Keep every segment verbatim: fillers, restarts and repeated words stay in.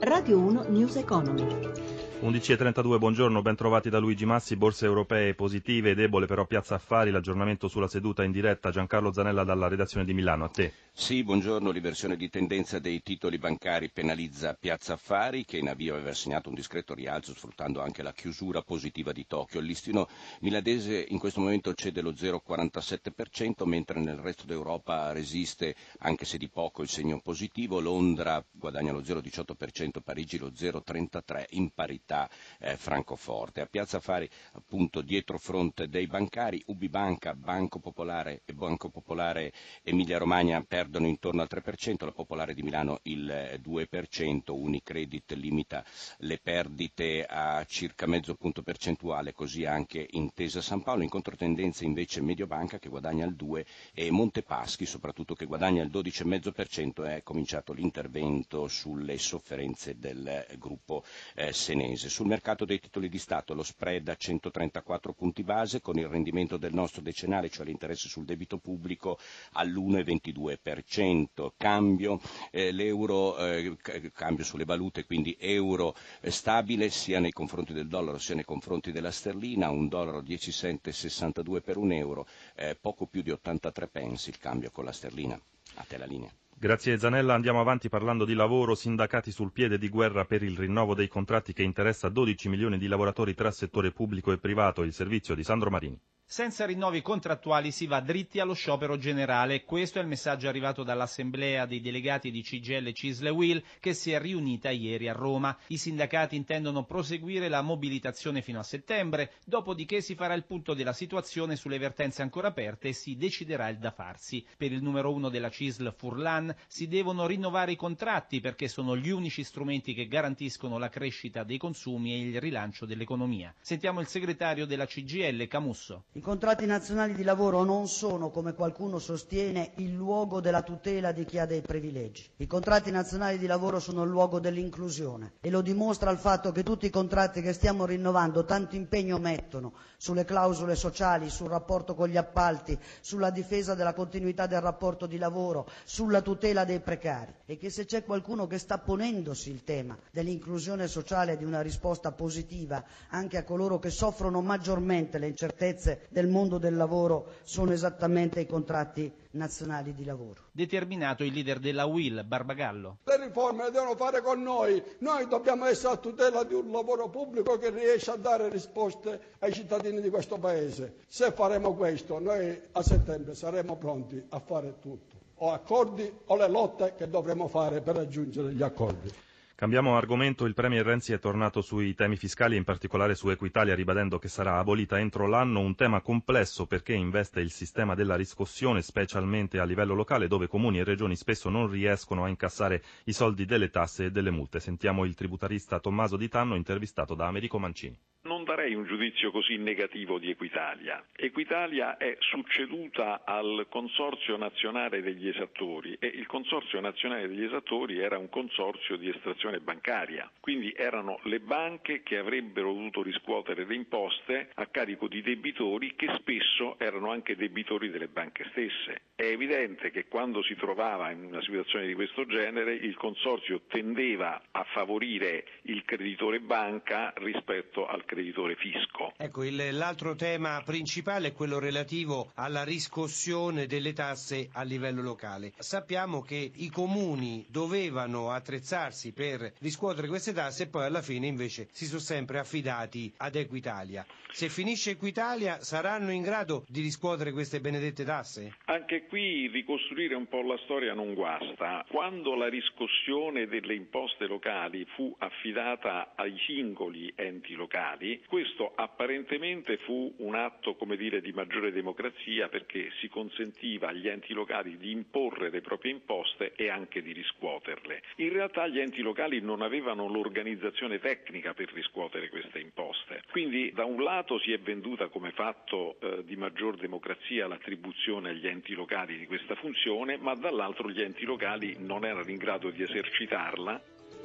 Radio uno News Economy. undici e trentadue, buongiorno, ben trovati da Luigi Massi. Borse europee positive, debole però Piazza Affari, l'aggiornamento sulla seduta in diretta. Giancarlo Zanella dalla redazione di Milano, a te. Sì, buongiorno. L'inversione di tendenza dei titoli bancari penalizza Piazza Affari, che in avvio aveva segnato un discreto rialzo sfruttando anche la chiusura positiva di Tokyo. Il listino milanese in questo momento cede lo zero virgola quarantasette per cento, mentre nel resto d'Europa resiste, anche se di poco, il segno positivo. Londra guadagna lo zero virgola diciotto per cento, Parigi lo zero virgola trentatré per cento, in parità eh, Francoforte. A Piazza Affari, appunto, dietro fronte dei bancari, Ubibanca, Banco Popolare e Banco Popolare Emilia Romagna perdono intorno al tre per cento, la Popolare di Milano il due per cento, Unicredit limita le perdite a circa mezzo punto percentuale, così anche Intesa San Paolo. In controtendenza invece Mediobanca, che guadagna il due per cento, e Montepaschi soprattutto, che guadagna il dodici virgola cinque per cento. È cominciato l'intervento sulle sofferenze del gruppo eh, senese. Sul mercato dei titoli di Stato lo spread a centotrentaquattro punti base, con il rendimento del nostro decennale, cioè l'interesse sul debito pubblico, all'uno virgola ventidue per cento. Cambio, eh, l'euro, eh, cambio sulle valute, quindi euro eh, stabile sia nei confronti del dollaro sia nei confronti della sterlina, un dollaro dieci virgola sessantadue per un euro, eh, poco più di ottantatré pence il cambio con la sterlina. A te la linea. Grazie Zanella, andiamo avanti parlando di lavoro. Sindacati sul piede di guerra per il rinnovo dei contratti che interessa dodici milioni di lavoratori tra settore pubblico e privato. Il servizio di Sandro Marini. Senza rinnovi contrattuali si va dritti allo sciopero generale. Questo è il messaggio arrivato dall'assemblea dei delegati di C G I L, CISL e U I L, che si è riunita ieri a Roma. I sindacati intendono proseguire la mobilitazione fino a settembre, dopodiché si farà il punto della situazione sulle vertenze ancora aperte e si deciderà il da farsi. Per il numero uno della CISL, Furlan, si devono rinnovare i contratti perché sono gli unici strumenti che garantiscono la crescita dei consumi e il rilancio dell'economia. Sentiamo il segretario della C G I L, Camusso. I contratti nazionali di lavoro non sono, come qualcuno sostiene, il luogo della tutela di chi ha dei privilegi. I contratti nazionali di lavoro sono il luogo dell'inclusione e lo dimostra il fatto che tutti i contratti che stiamo rinnovando tanto impegno mettono sulle clausole sociali, sul rapporto con gli appalti, sulla difesa della continuità del rapporto di lavoro, sulla tutela dei precari, e che se c'è qualcuno che sta ponendosi il tema dell'inclusione sociale e di una risposta positiva anche a coloro che soffrono maggiormente le incertezze del mondo del lavoro sono esattamente i contratti nazionali di lavoro. Determinato il leader della U I L, Barbagallo. Le riforme le devono fare con noi, noi dobbiamo essere a tutela di un lavoro pubblico che riesce a dare risposte ai cittadini di questo Paese. Se faremo questo, noi a settembre saremo pronti a fare tutto, o accordi o le lotte che dovremo fare per raggiungere gli accordi. Cambiamo argomento. Il Premier Renzi è tornato sui temi fiscali, in particolare su Equitalia, ribadendo che sarà abolita entro l'anno, un tema complesso perché investe il sistema della riscossione, specialmente a livello locale, dove comuni e regioni spesso non riescono a incassare i soldi delle tasse e delle multe. Sentiamo il tributarista Tommaso Di Tanno, intervistato da Americo Mancini. Non darei un giudizio così negativo di Equitalia. Equitalia è succeduta al Consorzio Nazionale degli Esattori e il Consorzio Nazionale degli Esattori era un consorzio di estrazione bancaria, quindi erano le banche che avrebbero dovuto riscuotere le imposte a carico di debitori che spesso erano anche debitori delle banche stesse. È evidente che quando si trovava in una situazione di questo genere il consorzio tendeva a favorire il creditore banca rispetto al creditore fisco. Ecco, il, l'altro tema principale è quello relativo alla riscossione delle tasse a livello locale. Sappiamo che i comuni dovevano attrezzarsi per riscuotere queste tasse e poi alla fine invece si sono sempre affidati ad Equitalia. Se finisce Equitalia saranno in grado di riscuotere queste benedette tasse? Anche qui ricostruire un po' la storia non guasta. Quando la riscossione delle imposte locali fu affidata ai singoli enti locali, questo apparentemente fu un atto, come dire, di maggiore democrazia, perché si consentiva agli enti locali di imporre le proprie imposte e anche di riscuoterle. In realtà gli enti locali non avevano l'organizzazione tecnica per riscuotere queste imposte. Quindi da un lato si è venduta come fatto eh, di maggior democrazia l'attribuzione agli enti locali di questa funzione, ma dall'altro gli enti locali non erano in grado di esercitarla.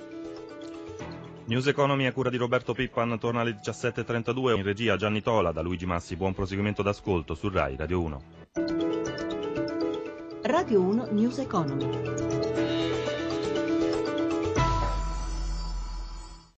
News Economy a cura di Roberto Pippan torna alle diciassette e trentadue. In regia Gianni Tola, da Luigi Massi. Buon proseguimento d'ascolto su Rai Radio uno. Radio uno News Economy.